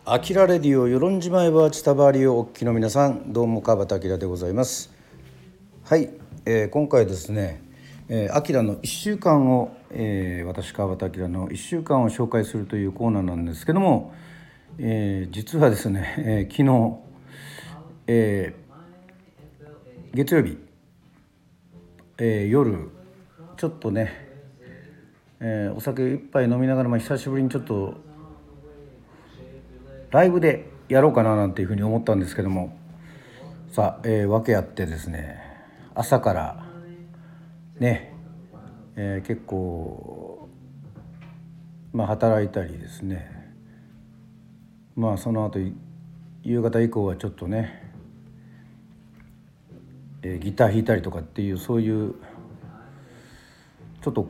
アキラレディオ与論島へはチタバリをお聞きの皆さん、どうも川端明でございます。はい、今回ですね、アキラの1週間を、私川端明の1週間を紹介するというコーナーなんですけども、実はですね、昨日、月曜日、夜ちょっとね、お酒一杯飲みながら、久しぶりにちょっとライブでやろうかななんていうふうに思ったんですけども、さあ、訳あってですね、朝からね、結構働いたりですね、その後夕方以降はちょっとね、ギター弾いたりとかっていう、そういうちょっと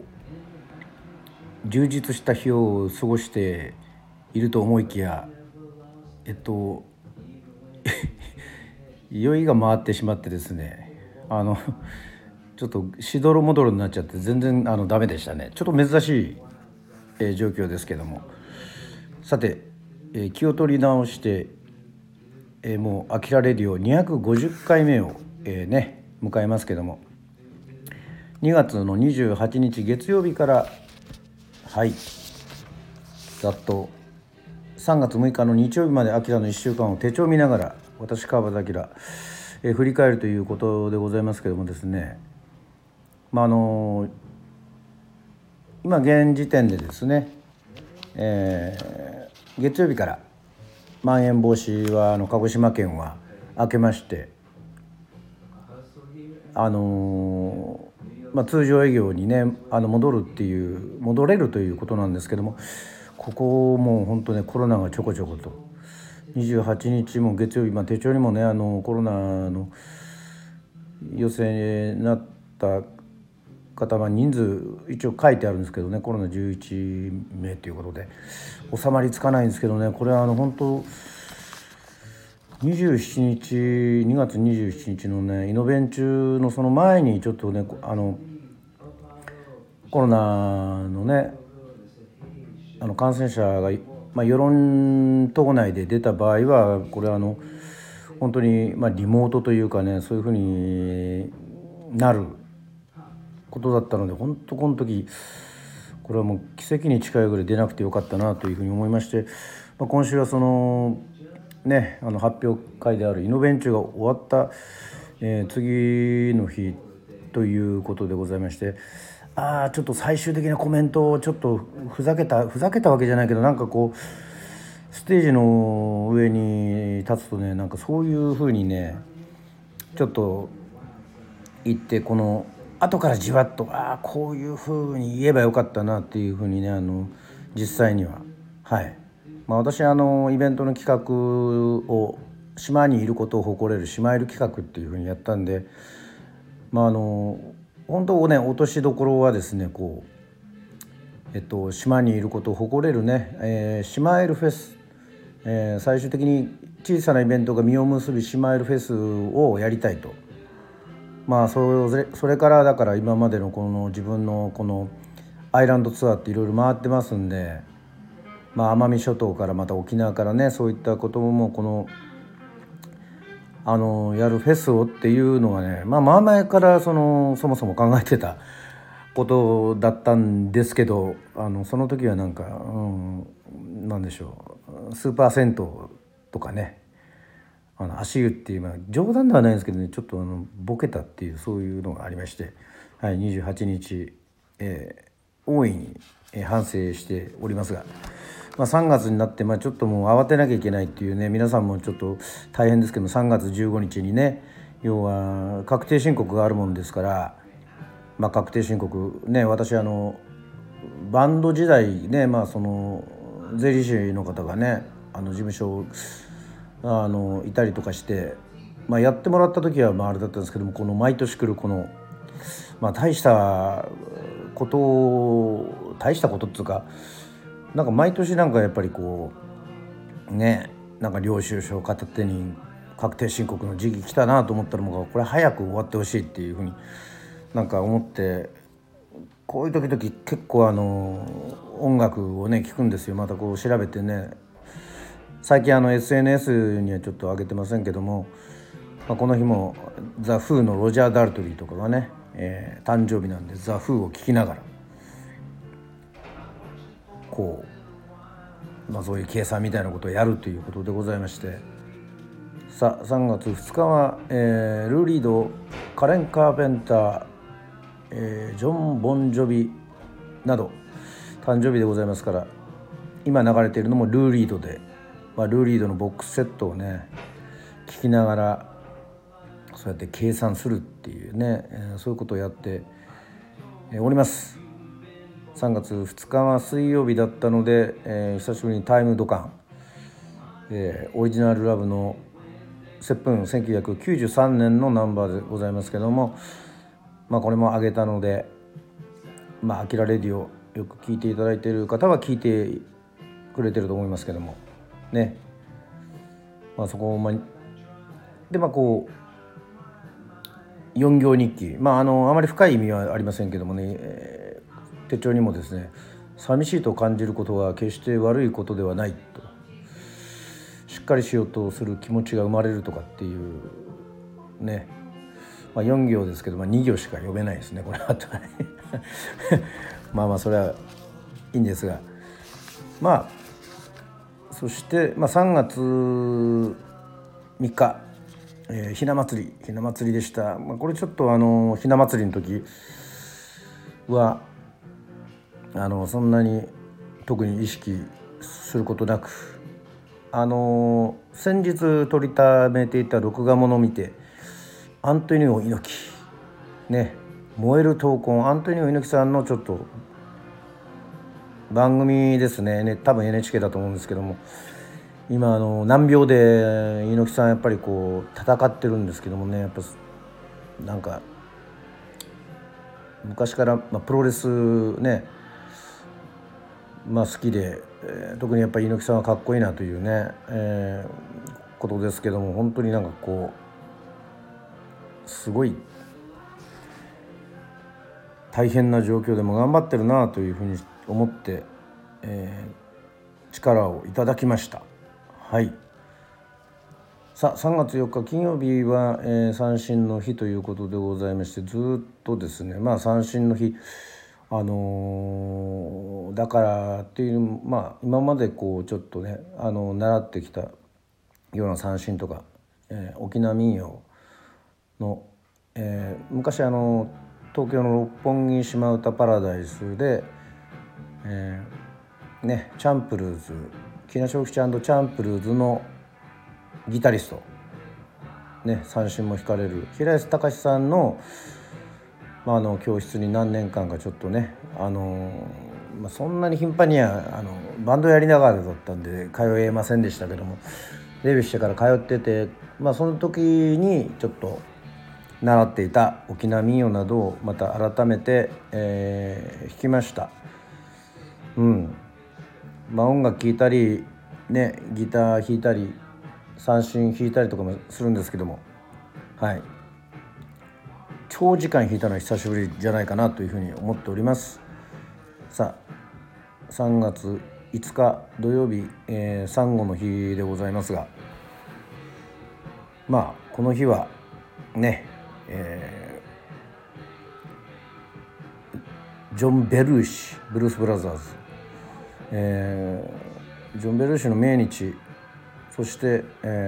充実した日を過ごしていると思いきや、酔いが回ってしまってですね、ちょっとしどろもどろになっちゃって全然ダメでしたね。ちょっと珍しい、状況ですけども、さて、気を取り直して、もうアキラレディオ250回目を、迎えますけども、2月の28日月曜日からざっと3月6日の日曜日までアキラの1週間を手帳見ながら私川端明、振り返るということでございますけどもですね、今現時点でですね、月曜日からまん延防止は鹿児島県は明けまして、通常営業にね戻れるということなんですけども、ここもう本当ね、コロナがちょこちょこと28日も月曜日、手帳にもねコロナの陽性になった方、人数一応書いてあるんですけどね、コロナ11名ということで収まりつかないんですけどね、これは本当2月27日のねイノベン中のその前にちょっとねコロナのね感染者が、世論党内で出た場合はこれは本当にリモートというかね、そういうふうになることだったので、本当この時これはもう奇跡に近いぐらい出なくてよかったなというふうに思いまして、今週はそのね発表会であるイノベンチュが終わった、次の日ということでございまして、ちょっと最終的なコメントをちょっとふざけたわけじゃないけど、ステージの上に立つとね、そういう風にねちょっと言って、この後からじわっとこういう風に言えばよかったなっていう風にね実際には私イベントの企画を島にいることを誇れる島いる企画っていう風にやったんで、本当ね落としどころはですね、島にいることを誇れるね、島エルフェス、最終的に小さなイベントが実を結び島エルフェスをやりたいと、それからだから今までのこの自分のこのアイランドツアーっていろいろ回ってますんで、奄美諸島からまた沖縄からね、そういったこともこのやるフェスをっていうのがね、前からそもそも考えてたことだったんですけど、その時はなんでしょう、スーパー銭湯とかね、足湯っていう、冗談ではないんですけどね、ちょっとボケたっていう、そういうのがありまして、28日、大いに反省しておりますが、3月になってちょっともう慌てなきゃいけないっていうね、皆さんもちょっと大変ですけど、3月15日にね、要は確定申告があるもんですから、確定申告ね、私バンド時代ね、その税理士の方がね事務所いたりとかして、やってもらった時はあれだったんですけども、この毎年来るこの大したことっていうか、毎年やっぱり領収書を片手に確定申告の時期来たなと思ったら、もうこれ早く終わってほしいっていうふうに思って、こういう時々結構音楽をね聞くんですよ。また調べてね、 最近SNS にはちょっと上げてませんけども、この日もザ・フーのロジャー・ダルトリーとかがね、誕生日なんでザ・フーを聴きながらこう、そういう計算みたいなことをやるということでございまして、さあ3月2日は、ルー・リード、カレン・カーペンター、ジョン・ボンジョビなど誕生日でございますから、今流れているのもルー・リードで、ルー・リードのボックスセットをね聞きながらそうやって計算するっていうね、そういうことをやっております。3月2日は水曜日だったので、久しぶりにタイムドカン、オリジナルラブの接吻1993年のナンバーでございますけども、これも上げたので、アキラレディをよく聞いていただいている方は聞いてくれてると思いますけどもね、そこでこう4行日記、あまり深い意味はありませんけどもね、手帳にもですね、寂しいと感じることは決して悪いことではないと、しっかりしようとする気持ちが生まれるとかっていうね、4行ですけど、2行しか読めないですねこれはとそれはいいんですが、そして、3月3日、ひな祭りでした。これちょっとひな祭りの時はそんなに特に意識することなく、先日取りためていた録画ものを見て、アントニオ猪木ね、燃える闘魂アントニオ猪木さんのちょっと番組ですね、多分 NHK だと思うんですけども、今難病で猪木さんやっぱりこう戦ってるんですけどもね、やっぱなんか昔からプロレスね好きで、特にやっぱり猪木さんはかっこいいなというね、ことですけども、本当にこうすごい大変な状況でも頑張ってるなというふうに思って、力をいただきました。はい。さあ3月4日金曜日は、三振の日ということでございまして、ずっとですね三振の日だからっていう、今までこうちょっとね習ってきたような三振とか、沖縄民謡の、昔東京の六本木島唄パラダイスで、チャンプルーズ、木梨沖ちゃんとチャンプルーズのギタリスト、三振も弾かれる平安隆さんの教室に何年間かちょっとね、そんなに頻繁にはバンドやりながらだったんで通えませんでしたけども、デビューしてから通ってて、その時にちょっと習っていた沖縄民謡などをまた改めて、弾きました。音楽聴いたりね、ギター弾いたり三振弾いたりとかもするんですけども、長時間弾いたのは久しぶりじゃないかなというふうに思っております。さあ3月5日土曜日、サンゴの日でございますが、この日はね、ジョン・ベルーシブルース・ブラザーズ、ジョン・ベルーシの命日、そして、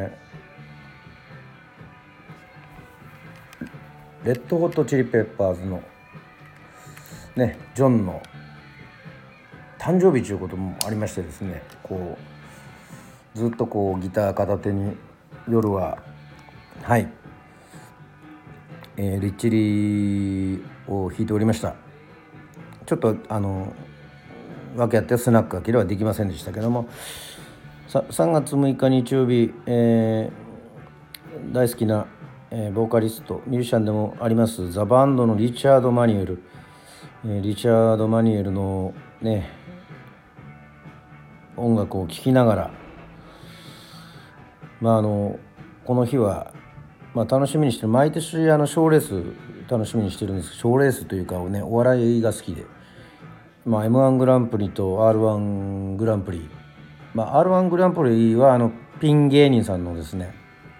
レッドホットチリペッパーズのジョンの誕生日ということもありましてですね、こうずっとこうギター片手に夜はリッチリを弾いておりました。ちょっと訳あってスナック開ければできませんでしたけども、3月6日日曜日、大好きな、ボーカリストミュージシャンでもありますザ・バンドのリチャード・マニュエル、リチャード・マニュエルの音楽を聴きながら、この日は、楽しみにしてる、毎年賞レース楽しみにしてるんです。賞レースというかお笑いが好きで、M1 グランプリと R1 グランプリ、 R1 グランプリはピン芸人さんのですね、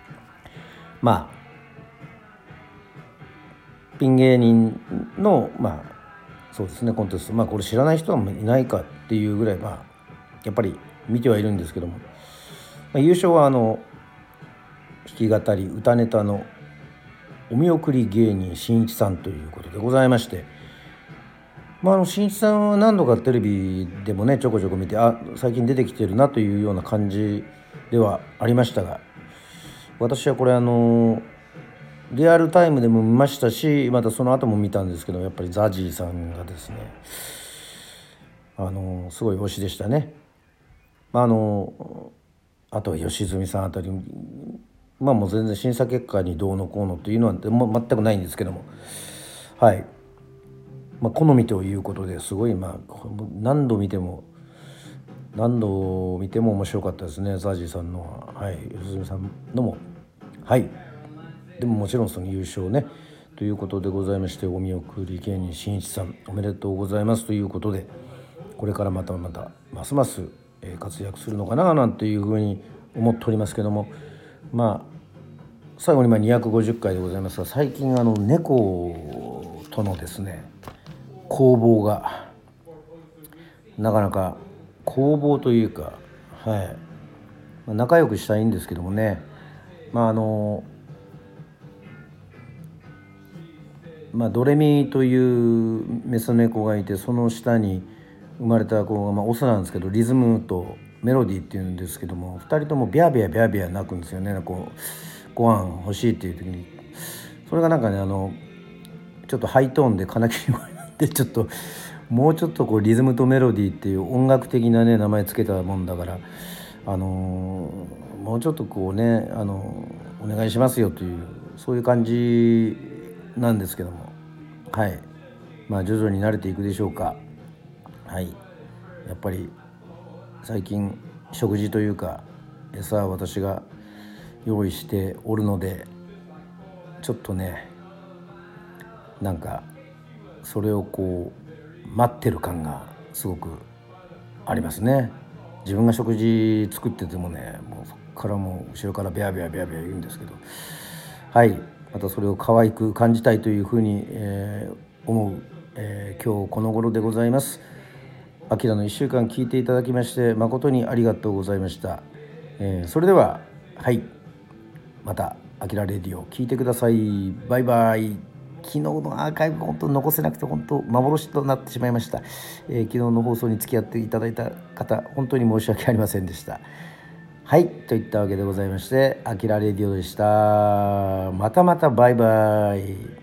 ピン芸人のそうですねコンテスト、これ知らない人はいないかっていうぐらいやっぱり見てはいるんですけども、優勝は弾き語り歌ネタのお見送り芸人しんいちさんということでございまして、しんいちさんは何度かテレビでもねちょこちょこ見て最近出てきてるなというような感じではありましたが、私はこれリアルタイムでも見ましたし、またその後も見たんですけど、やっぱりザジーさんがですねすごい推しでしたね。あとは吉住さんあたりもう全然審査結果にどうのこうのというのは全くないんですけども、はい、好みということですごい何度見ても面白かったですね、ザジーさんのは。はい、吉住さんのもでももちろんその優勝ねということでございまして、お見送り芸人しんいちさんおめでとうございますということで、これからまたますます活躍するのかななんていうふうに思っておりますけども、最後に250回でございますが、最近猫とのですね攻防がなかなか攻防というか、仲良くしたいんですけどもね、ドレミというメス猫がいて、その下に生まれた子がオスなんですけど、リズムとメロディーっていうんですけども、2人ともビャービャービャービャー鳴くんですよね。ご飯欲しいっていう時に、それがちょっとハイトーンで金切り声なんで、ちょっともうちょっとリズムとメロディーっていう音楽的なね名前つけたもんだから、もうちょっとお願いしますよという、そういう感じなんですけども、徐々に慣れていくでしょうか。やっぱり最近食事というか餌は私が用意しておるので、ちょっとねそれを待ってる感がすごくありますね。自分が食事作っててもね、もうそっから後ろからビャービャービャービャー言うんですけど、またそれを可愛く感じたいというふうに、思う、今日この頃でございます。あきらの1週間聞いていただきまして誠にありがとうございました。それではまたあきらレディオ聞いてください。バイバイ。昨日のアーカイブ本当残せなくて本当幻となってしまいました。昨日の放送に付き合っていただいた方本当に申し訳ありませんでした。といったわけでございまして、あきらレディオでした。またバイバイ。